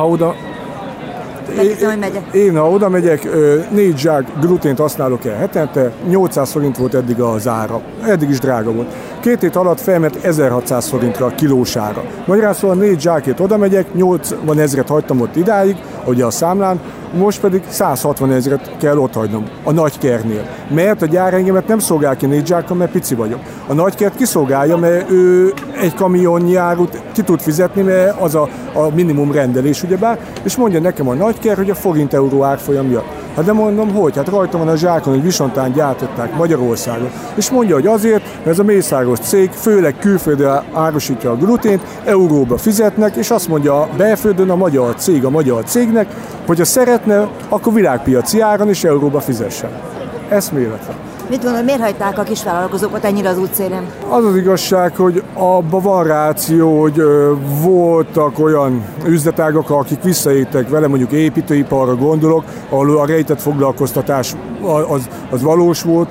Speaker 13: ha oda megyek, 4 zsák glutént használok el hetente, 800 forint volt eddig az ára. Eddig is drága volt. 2 hét alatt felment 1600 forintra a kilós ára. Magyarán szóval 4 zsákért oda megyek, 80 000 hagytam ott idáig, ugye a számlán, most pedig 160 000 kell ott hagynom a Nagykertnél. Mert a gyár engemet nem szolgál ki 4 zsákkal, mert pici vagyok. A Nagykert kiszolgálja, mert ő egy kamionnyi árut ki tud fizetni, mert az a minimum rendelés, ugyebár, és mondja nekem a Nagykert, hogy a forint-euró árfolyam miatt. Hát de mondom, hogy? Hát rajta van a zsákon, hogy Visontán gyártották Magyarországon. És mondja, hogy azért, mert ez a Mészáros cég főleg külföldre árusítja a glutént, euróba fizetnek, és azt mondja a belföldön a magyar cégnek, hogy ha szeretne, akkor világpiaci áron is euróba fizessen. Eszméletlen.
Speaker 10: Mit gondolod, miért hagyták a kisvállalkozókat ennyire az útszélén?
Speaker 13: Az az igazság, hogy abban van ráció, hogy voltak olyan üzletágak, akik visszaéltek vele, mondjuk építőiparra gondolok, ahol a rejtett foglalkoztatás az valós volt,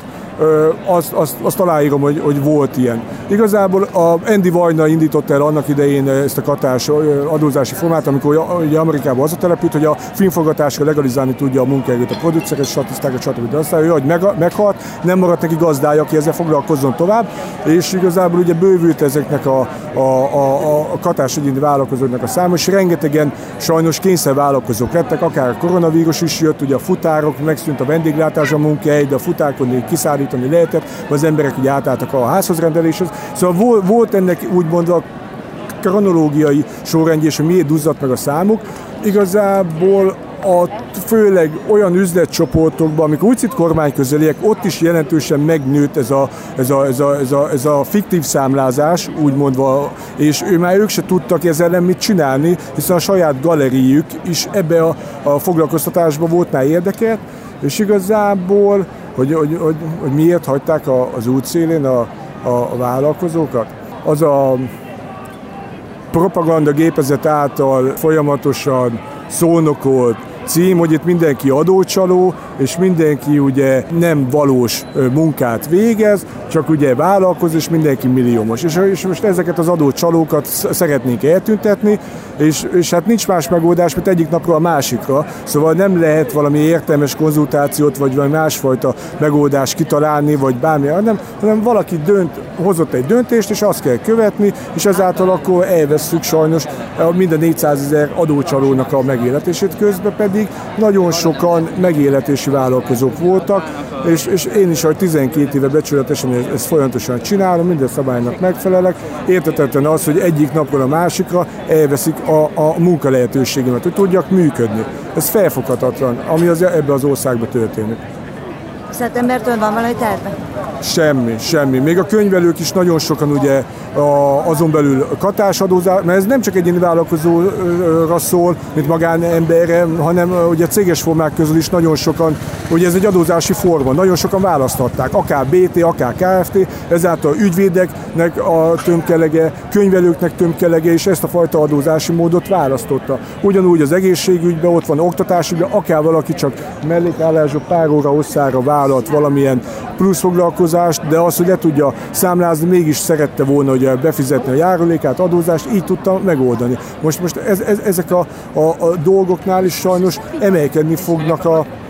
Speaker 13: azt aláírom, hogy volt ilyen. Igazából a Andy Vajna indította el annak idején ezt a katás adózási formát, amikor ugye Amerikában hazatelepült, hogy a filmforgatásra legalizálni tudja a munkaerőt, a producereket, statisztákat, stb. De aztán ő, hogy meghalt, nem maradt neki gazdája, aki ezzel foglalkozzon tovább, és igazából ugye bővült ezeknek a katás egyéni vállalkozóknak a száma, és rengetegen sajnos kényszervállalkozók lettek, akár a koronavírus is jött, ugye a futárok, megszűnt a vendéglátás, a munkahely, de a futárkodni kiszállítani lehetett, az emberek ugye átálltak a házhozrendeléshez. Szóval volt ennek úgymond a kronológiai sorrendje, és hogy miért duzzadt meg a számuk. Igazából főleg olyan üzletcsoportokban, amikor úgy szint kormányközeliek, ott is jelentősen megnőtt ez a fiktív számlázás, úgymondva, és ők se tudtak ezzel ellen mit csinálni, hiszen a saját galeriük is ebbe a foglalkoztatásban volt már érdekelt, és igazából, hogy miért hagyták az útszélén a vállalkozókat, az a propaganda gépezet által folyamatosan szónokolt cím, hogy itt mindenki adócsaló, és mindenki ugye nem valós munkát végez, csak ugye vállalkoz, és mindenki milliómos. És most ezeket az adócsalókat szeretnénk eltüntetni, és hát nincs más megoldás, mint egyik napról a másikra. Szóval nem lehet valami értelmes konzultációt, vagy valami másfajta megoldást kitalálni, vagy bármi, hanem valaki hozott egy döntést, és azt kell követni, és ezáltal akkor elvesszük sajnos minden 400 000 adócsalónak a megéletését, közben pedig nagyon sokan megéletési vállalkozók voltak, és én is, hogy 12 éve becsületesen ezt folyamatosan csinálom, minden szabálynak megfelelek, értetetlen az, hogy egyik napról a másikra elveszik a munka lehetőségemet, hogy tudjak működni. Ez felfoghatatlan, ami ebben az országban történik.
Speaker 10: Szeptembertől van valami terve?
Speaker 13: Semmi. Még a könyvelők is nagyon sokan ugye azon belül katásadózás, mert ez nem csak egyéni vállalkozóra szól, mint magánemberre, hanem ugye céges formák közül is nagyon sokan, ugye ez egy adózási forma, nagyon sokan választhatták, akár BT, akár Kft, ezáltal ügyvédeknek a tömkelege, könyvelőknek tömkelege, és ezt a fajta adózási módot választotta. Ugyanúgy az egészségügyben, ott van oktatásügyben, akár valaki csak mellékállásba pár óra hosszára vállalt valamilyen plusz foglalkozást, de az, hogy le tudja számlázni, mégis szerette volna ugye befizetni a járulékát, adózást, így tudta megoldani. Most ezek a dolgoknál is sajnos emelkedni fognak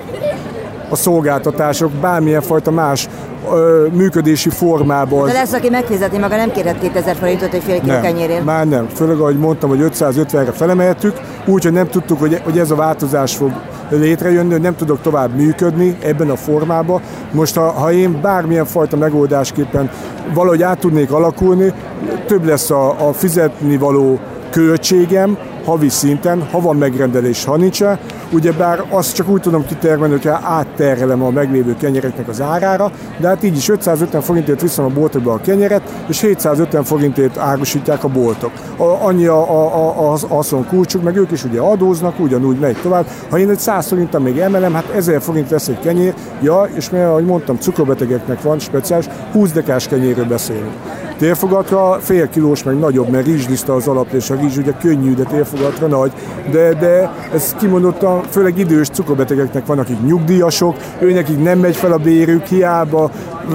Speaker 13: a szolgáltatások bármilyen fajta más működési formában.
Speaker 10: De lesz, aki megfizeti maga, nem kérhet 2000 forintot egy fél kiló kenyérért.
Speaker 13: Már nem. Főleg, ahogy mondtam, hogy 550-re felemeltük, úgyhogy nem tudtuk, hogy ez a változás fog létrejönni, hogy nem tudok tovább működni ebben a formában. Most, ha én bármilyen fajta megoldásképpen valahogy át tudnék alakulni, több lesz a fizetni való költségem havi szinten, ha van megrendelés, ha nincsen. Ugyebár azt csak úgy tudom kitermelni, hogyha átterhelem a meglévő kenyereknek az árára, de hát így is 550 forintért viszem a boltokba a kenyeret, és 750 forintért árusítják a boltok. Annyi a haszonkulcsuk, meg ők is ugye adóznak, ugyanúgy megy tovább. Ha én egy 100 forintra még emelem, hát 1000 forint lesz egy kenyér, és mert ahogy mondtam, cukorbetegeknek van speciális, 20 dekás kenyérről beszélünk. Térfogatra fél kilós, meg nagyobb, mert rizsliszta az alap, és a rizs ugye könnyű, de térfogatra nagy. De ez kimondottan, főleg idős cukorbetegeknek van, akik nyugdíjasok, őnekik nem megy fel a bérük, hiába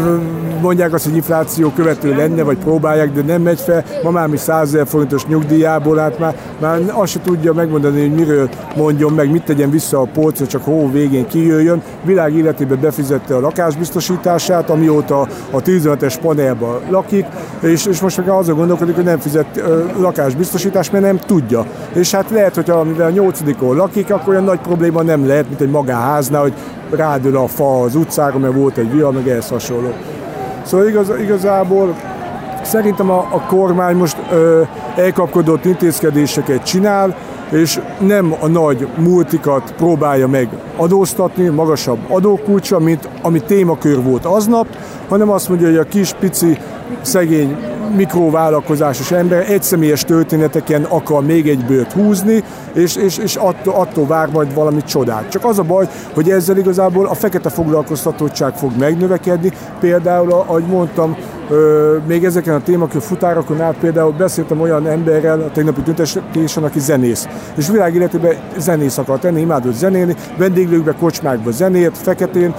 Speaker 13: mondják azt, hogy infláció követő lenne, vagy próbálják, de nem megy fel. Ma már mi 100 000 forintos nyugdíjából, hát már azt se tudja megmondani, hogy miről mondjon meg, mit tegyen vissza a polcra, csak hó végén kijöjjön. Világ életében befizette a lakásbiztosítását, amióta a 15-es panelban lakik, és most meg azon gondolkodik, hogy nem fizet lakásbiztosítást, mert nem tudja. És hát lehet, hogy mivel a 8-on lakik, akkor olyan nagy probléma nem lehet, mint egy magánháznál, hogy rádől a fa az utcára, mert volt egy vihar, meg ehhez hasonló. Szóval igazából szerintem a kormány most elkapkodott intézkedéseket csinál, és nem a nagy multikat próbálja meg adóztatni, magasabb adókulcsa, mint ami témakör volt aznap, hanem azt mondja, hogy a kis, pici, szegény, mikrovállalkozásos ember egyszemélyes történeteken akar még egy bőrt húzni, és attól vár majd valami csodát. Csak az a baj, hogy ezzel igazából a fekete foglalkoztatottság fog megnövekedni. Például, ahogy mondtam, még ezeken a témakör futárokon át például beszéltem olyan emberrel a tegnapi tüntetésen, aki zenész. És világéletében zenész akart tenni, imádott zenélni, vendéglőkbe, kocsmákba zenélt, feketén.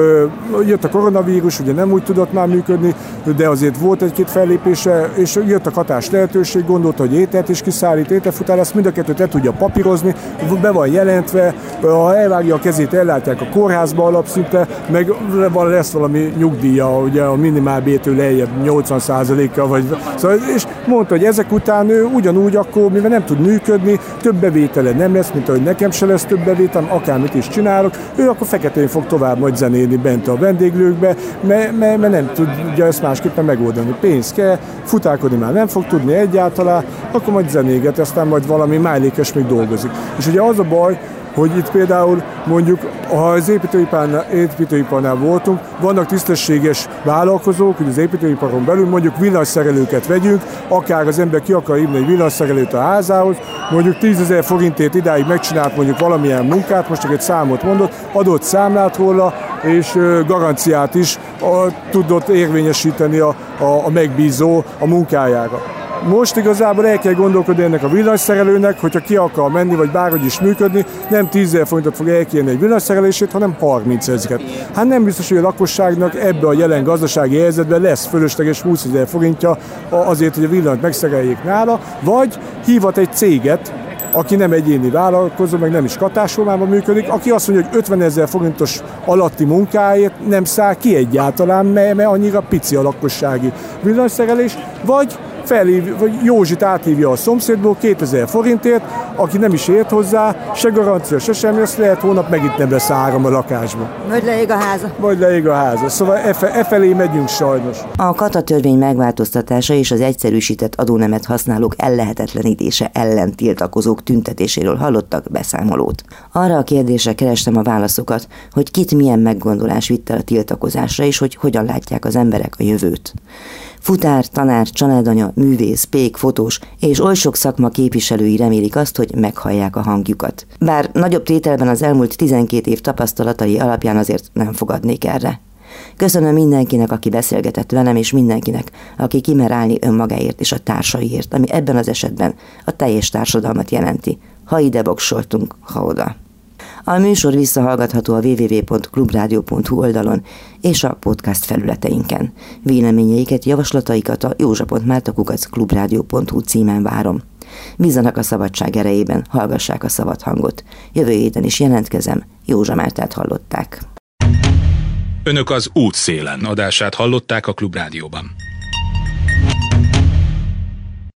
Speaker 13: Jött a koronavírus, ugye nem úgy tudott már működni, de azért volt egy-két fellépése, és jött a katás lehetőség, gondolta, hogy ételt is kiszállít, ételfutár, ezt mind a kettőt le tudja papírozni, be van jelentve, ha elvágja a kezét, ellátják a kórházba alapszinte, meg lesz valami nyugdíja, ugye a minimálbértől lejjebb 80%-kal, vagy, szóval, és mondta, hogy ezek után ő ugyanúgy akkor, mivel nem tud működni, több bevétele nem lesz, mint ahogy nekem se lesz több bevételem, akármit is csinálok, ő akkor feketén fog tovább majd zenélni bent a vendéglőkbe, mert nem tudja ezt másképpen megoldani. Pénz kell, futálkodni már nem fog tudni egyáltalán, akkor majd zenéget, aztán majd valami májlékes még dolgozik. És ugye az a baj, hogy itt például mondjuk, ha az építőiparnál voltunk, vannak tisztességes vállalkozók, hogy az építőiparon belül mondjuk villanyszerelőket vegyünk, akár az ember ki akar hívni egy villanyszerelőt a házához, mondjuk 10 000 forintért idáig megcsinált mondjuk valamilyen munkát, most csak egy számot mondott, adott számlát róla, és garanciát is tudott érvényesíteni a megbízó a munkájára. Most igazából el kell gondolkodni ennek a villanyszerelőnek, hogyha ki akar menni, vagy bárhogy is működni, nem 10 000 forintot fog elkérni egy villanyszerelését, hanem 30 000-et. Hát nem biztos, hogy a lakosságnak ebbe a jelen gazdasági helyzetben lesz fölösleges 20 000 forintja azért, hogy a villanyt megszereljék nála, vagy hívat egy céget, aki nem egyéni vállalkozó, meg nem is katásformában működik, aki azt mondja, hogy 50 000 forintos alatti munkáért nem száll ki egyáltalán, mert annyira pici a lakossági villanyszerelés, vagy vagy Józsit áthívja a szomszédból 2000 forintért, aki nem is ért hozzá, se garancia, se semmi, azt lehet hónap megint nem lesz áram a lakásba.
Speaker 10: Vagy leég a háza.
Speaker 13: Szóval felé megyünk sajnos.
Speaker 2: A kata törvény megváltoztatása és az egyszerűsített adónemet használók ellehetetlenítése ellen tiltakozók tüntetéséről hallottak beszámolót. Arra a kérdésre kerestem a válaszokat, hogy kit milyen meggondolás vitt el a tiltakozásra, és hogy hogyan látják az emberek a jövőt. Futár, tanár, családanya, művész, pék, fotós és oly sok szakma képviselői remélik azt, hogy meghallják a hangjukat. Bár nagyobb tételben az elmúlt 12 év tapasztalatai alapján azért nem fogadnék erre. Köszönöm mindenkinek, aki beszélgetett velem, és mindenkinek, aki kimer állni önmagáért és a társaiért, ami ebben az esetben a teljes társadalmat jelenti. Ha ide voksoltunk, ha oda. A műsor visszahallgatható a www.clubradio.hu oldalon és a podcast felületeinken. Véleményeiket, javaslataikat a józsa.márta@clubradio.hu címen várom. Bízzanak a szabadság erejében, hallgassák a szabad hangot. Jövő héten is jelentkezem, Józsa Mártát hallották.
Speaker 1: Önök az Útszélen adását hallották a Klubrádióban.